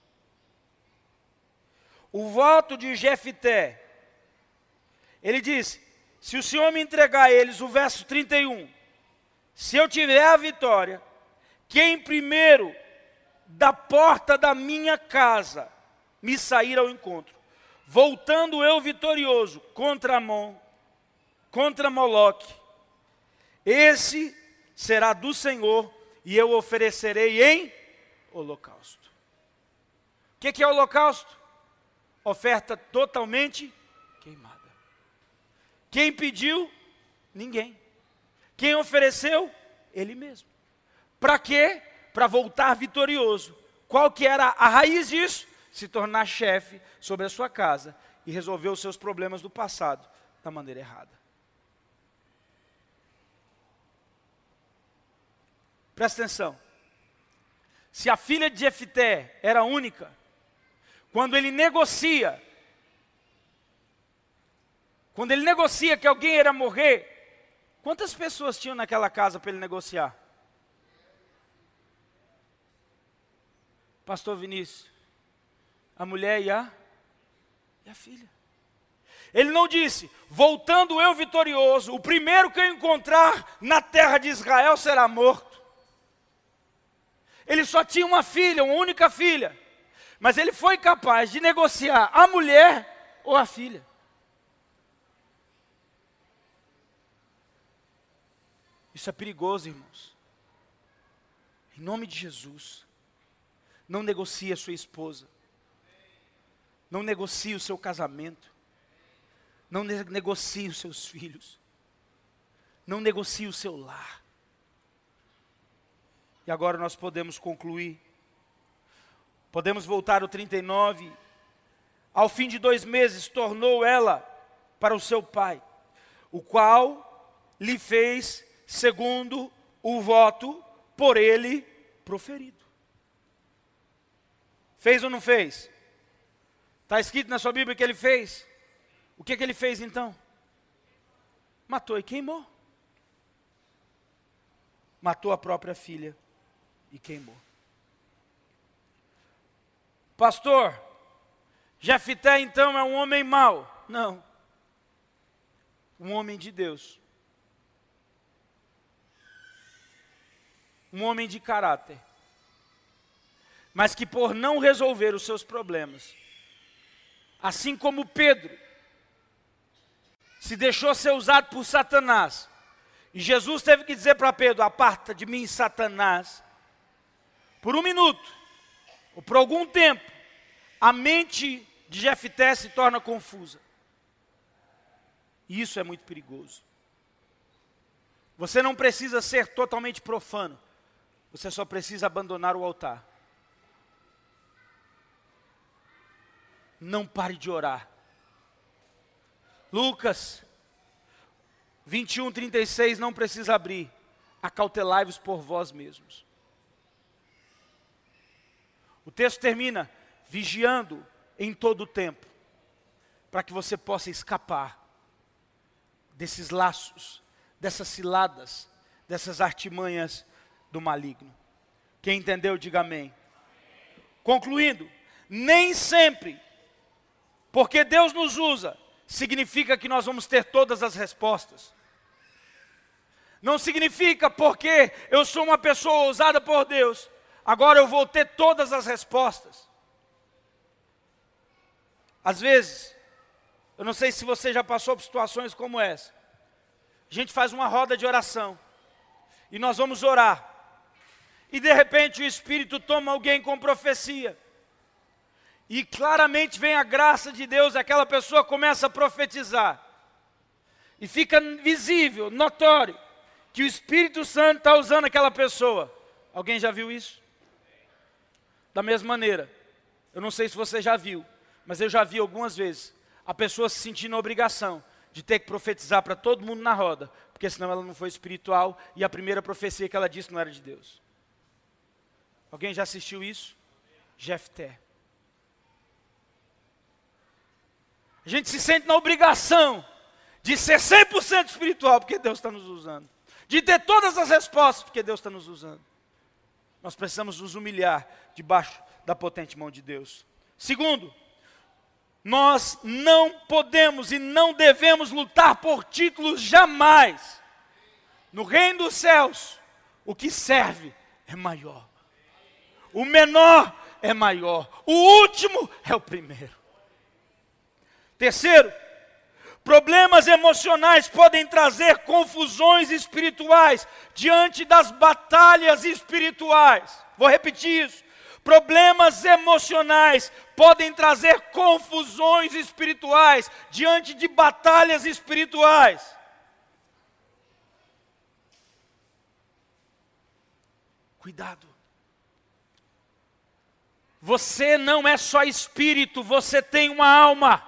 O voto de Jefté, ele diz, se o Senhor me entregar a eles, o verso 31, se eu tiver a vitória, quem primeiro da porta da minha casa me sair ao encontro, voltando eu vitorioso contra Amon, contra Moloque, esse será do Senhor e eu oferecerei em holocausto. O que é holocausto? Oferta totalmente queimada. Quem pediu? Ninguém. Quem ofereceu? Ele mesmo. Para quê? Para voltar vitorioso. Qual que era a raiz disso? Se tornar chefe sobre a sua casa e resolver os seus problemas do passado da maneira errada. Presta atenção. Se a filha de Jefté era única, quando ele negocia que alguém ia morrer, quantas pessoas tinham naquela casa para ele negociar? Pastor Vinícius, a mulher e a filha. Ele não disse, voltando eu vitorioso, o primeiro que eu encontrar na terra de Israel será morto. Ele só tinha uma filha, uma única filha. Mas ele foi capaz de negociar a mulher ou a filha. Isso é perigoso, irmãos. Em nome de Jesus, não negocie a sua esposa. Não negocie o seu casamento. Não negocie os seus filhos. Não negocie o seu lar. E agora nós podemos concluir. Podemos voltar ao 39. Ao fim de 2 meses, tornou ela para o seu pai, o qual lhe fez segundo o voto por ele proferido. Fez ou não fez? Está escrito na sua Bíblia que ele fez. O que ele fez então? Matou e queimou. Matou a própria filha e queimou. Pastor, Jefté então é um homem mau? Não. Um homem de Deus. Um homem de caráter. Mas que por não resolver os seus problemas, assim como Pedro se deixou ser usado por Satanás, e Jesus teve que dizer para Pedro, aparta de mim, Satanás, por 1 minuto, ou por algum tempo, a mente de Jefté se torna confusa. E isso é muito perigoso. Você não precisa ser totalmente profano, você só precisa abandonar o altar. Não pare de orar. Lucas 21:36, não precisa abrir. Acautelai-vos por vós mesmos. O texto termina, vigiando em todo o tempo, para que você possa escapar desses laços, dessas ciladas, dessas artimanhas do maligno. Quem entendeu, diga amém. Concluindo, nem sempre, porque Deus nos usa, significa que nós vamos ter todas as respostas. Não significa porque eu sou uma pessoa usada por Deus, agora eu vou ter todas as respostas. Às vezes, eu não sei se você já passou por situações como essa. A gente faz uma roda de oração e nós vamos orar. E de repente o Espírito toma alguém com profecia. E claramente vem a graça de Deus, aquela pessoa começa a profetizar. E fica visível, notório, que o Espírito Santo está usando aquela pessoa. Alguém já viu isso? Da mesma maneira, eu não sei se você já viu, mas eu já vi algumas vezes, a pessoa se sentindo a obrigação de ter que profetizar para todo mundo na roda, porque senão ela não foi espiritual e a primeira profecia que ela disse não era de Deus. Alguém já assistiu isso? Jefté. A gente se sente na obrigação de ser 100% espiritual, porque Deus está nos usando. De ter todas as respostas, porque Deus está nos usando. Nós precisamos nos humilhar debaixo da potente mão de Deus. Segundo, nós não podemos e não devemos lutar por títulos jamais. No reino dos céus, o que serve é maior. O menor é maior. O último é o primeiro. Terceiro, problemas emocionais podem trazer confusões espirituais diante das batalhas espirituais. Vou repetir isso. Problemas emocionais podem trazer confusões espirituais diante de batalhas espirituais. Cuidado. Você não é só espírito, você tem uma alma.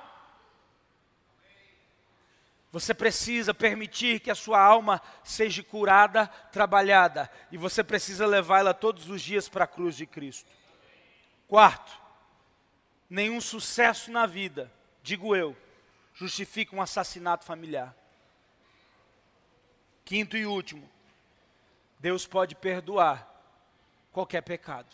Você precisa permitir que a sua alma seja curada, trabalhada. E você precisa levá-la todos os dias para a cruz de Cristo. Quarto, nenhum sucesso na vida, digo eu, justifica um assassinato familiar. Quinto e último, Deus pode perdoar qualquer pecado.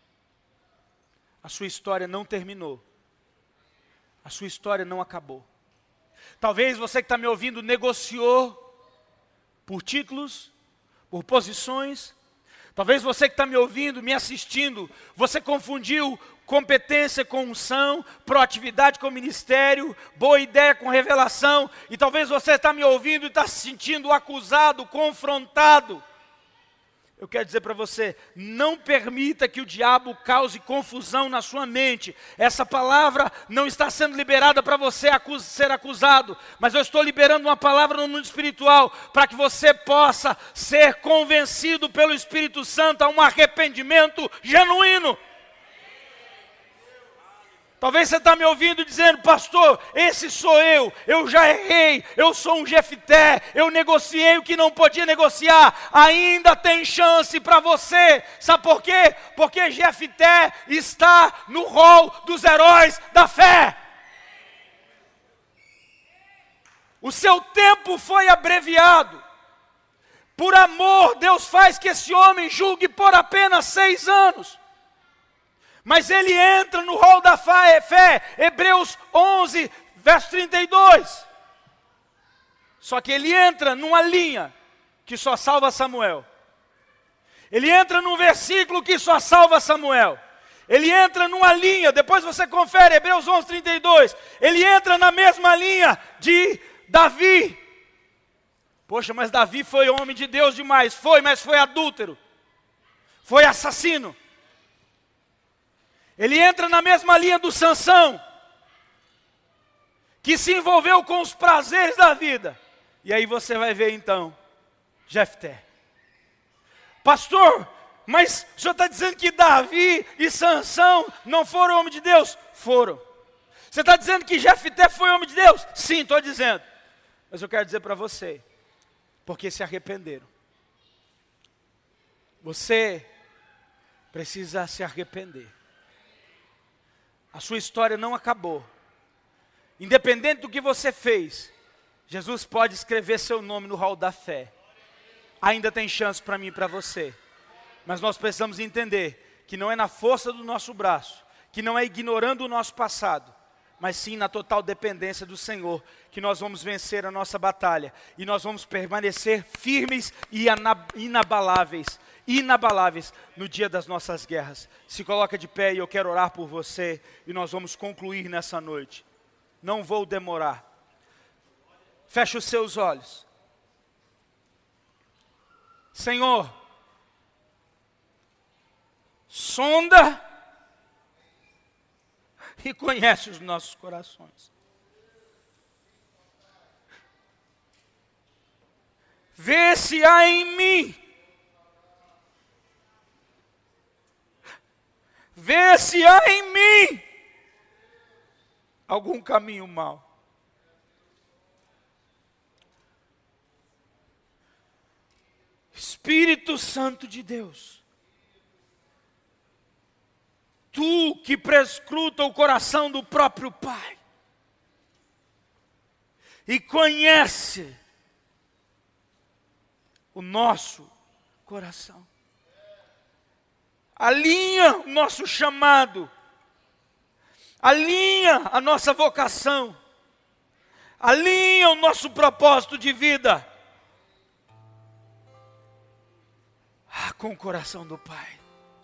A sua história não terminou. A sua história não acabou. Talvez você que está me ouvindo negociou por títulos, por posições. Talvez você que está me ouvindo, me assistindo, você confundiu competência com unção, proatividade com ministério, boa ideia com revelação. E talvez você está me ouvindo e está se sentindo acusado, confrontado. Eu quero dizer para você, não permita que o diabo cause confusão na sua mente. Essa palavra não está sendo liberada para você ser acusado, mas eu estou liberando uma palavra no mundo espiritual, para que você possa ser convencido pelo Espírito Santo a um arrependimento genuíno. Talvez você está me ouvindo dizendo, pastor, esse sou eu já errei, eu sou um Jefté, eu negociei o que não podia negociar, ainda tem chance para você. Sabe por quê? Porque Jefté está no rol dos heróis da fé. O seu tempo foi abreviado. Por amor, Deus faz que esse homem julgue por apenas 6 anos. Mas ele entra no rol da fé, Hebreus 11, verso 32. Só que ele entra numa linha que só salva Samuel. Ele entra num versículo que só salva Samuel. Ele entra numa linha, depois você confere, Hebreus 11, 32. Ele entra na mesma linha de Davi. Poxa, mas Davi foi homem de Deus demais. Foi, mas foi adúltero. Foi assassino. Ele entra na mesma linha do Sansão, que se envolveu com os prazeres da vida. E aí você vai ver então, Jefté. Pastor, mas o senhor está dizendo que Davi e Sansão não foram homens de Deus? Foram. Você está dizendo que Jefté foi homem de Deus? Sim, estou dizendo. Mas eu quero dizer para você, porque se arrependeram. Você precisa se arrepender. A sua história não acabou. Independente do que você fez, Jesus pode escrever seu nome no rol da fé. Ainda tem chance para mim e para você. Mas nós precisamos entender que não é na força do nosso braço, que não é ignorando o nosso passado, mas sim na total dependência do Senhor, que nós vamos vencer a nossa batalha. E nós vamos permanecer firmes e inabaláveis no dia das nossas guerras. Se coloca de pé e eu quero orar por você. E nós vamos concluir nessa noite. Não vou demorar. Feche os seus olhos. Senhor, sonda e conhece os nossos corações. Vê se há em mim vê se há em mim algum caminho mau. Espírito Santo de Deus, tu que perscruta o coração do próprio Pai e conhece o nosso coração, alinha o nosso chamado, alinha a nossa vocação, alinha o nosso propósito de vida com o coração do Pai.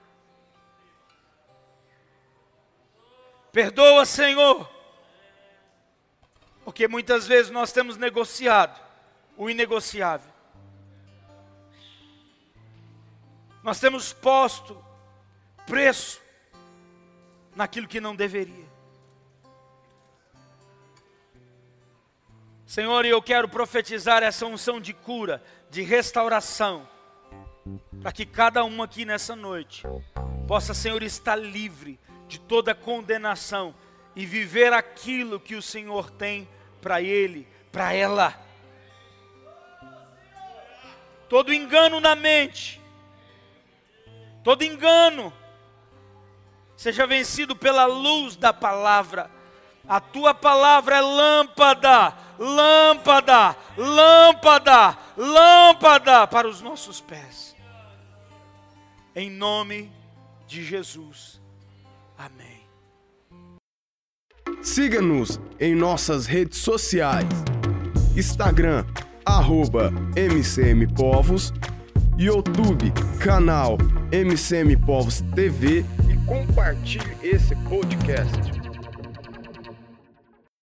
Perdoa, Senhor, porque muitas vezes nós temos negociado o inegociável. Nós temos posto preço naquilo que não deveria. Senhor, eu quero profetizar essa unção de cura, de restauração, para que cada um aqui nessa noite possa, Senhor, estar livre de toda condenação e viver aquilo que o Senhor tem para ele, para ela. Todo engano na mente, todo engano, seja vencido pela luz da palavra. A tua palavra é lâmpada, lâmpada, lâmpada, lâmpada para os nossos pés. Em nome de Jesus. Amém. Siga-nos em nossas redes sociais. Instagram, @MCMPovos, YouTube, canal MCM Povos TV, e compartilhe esse podcast.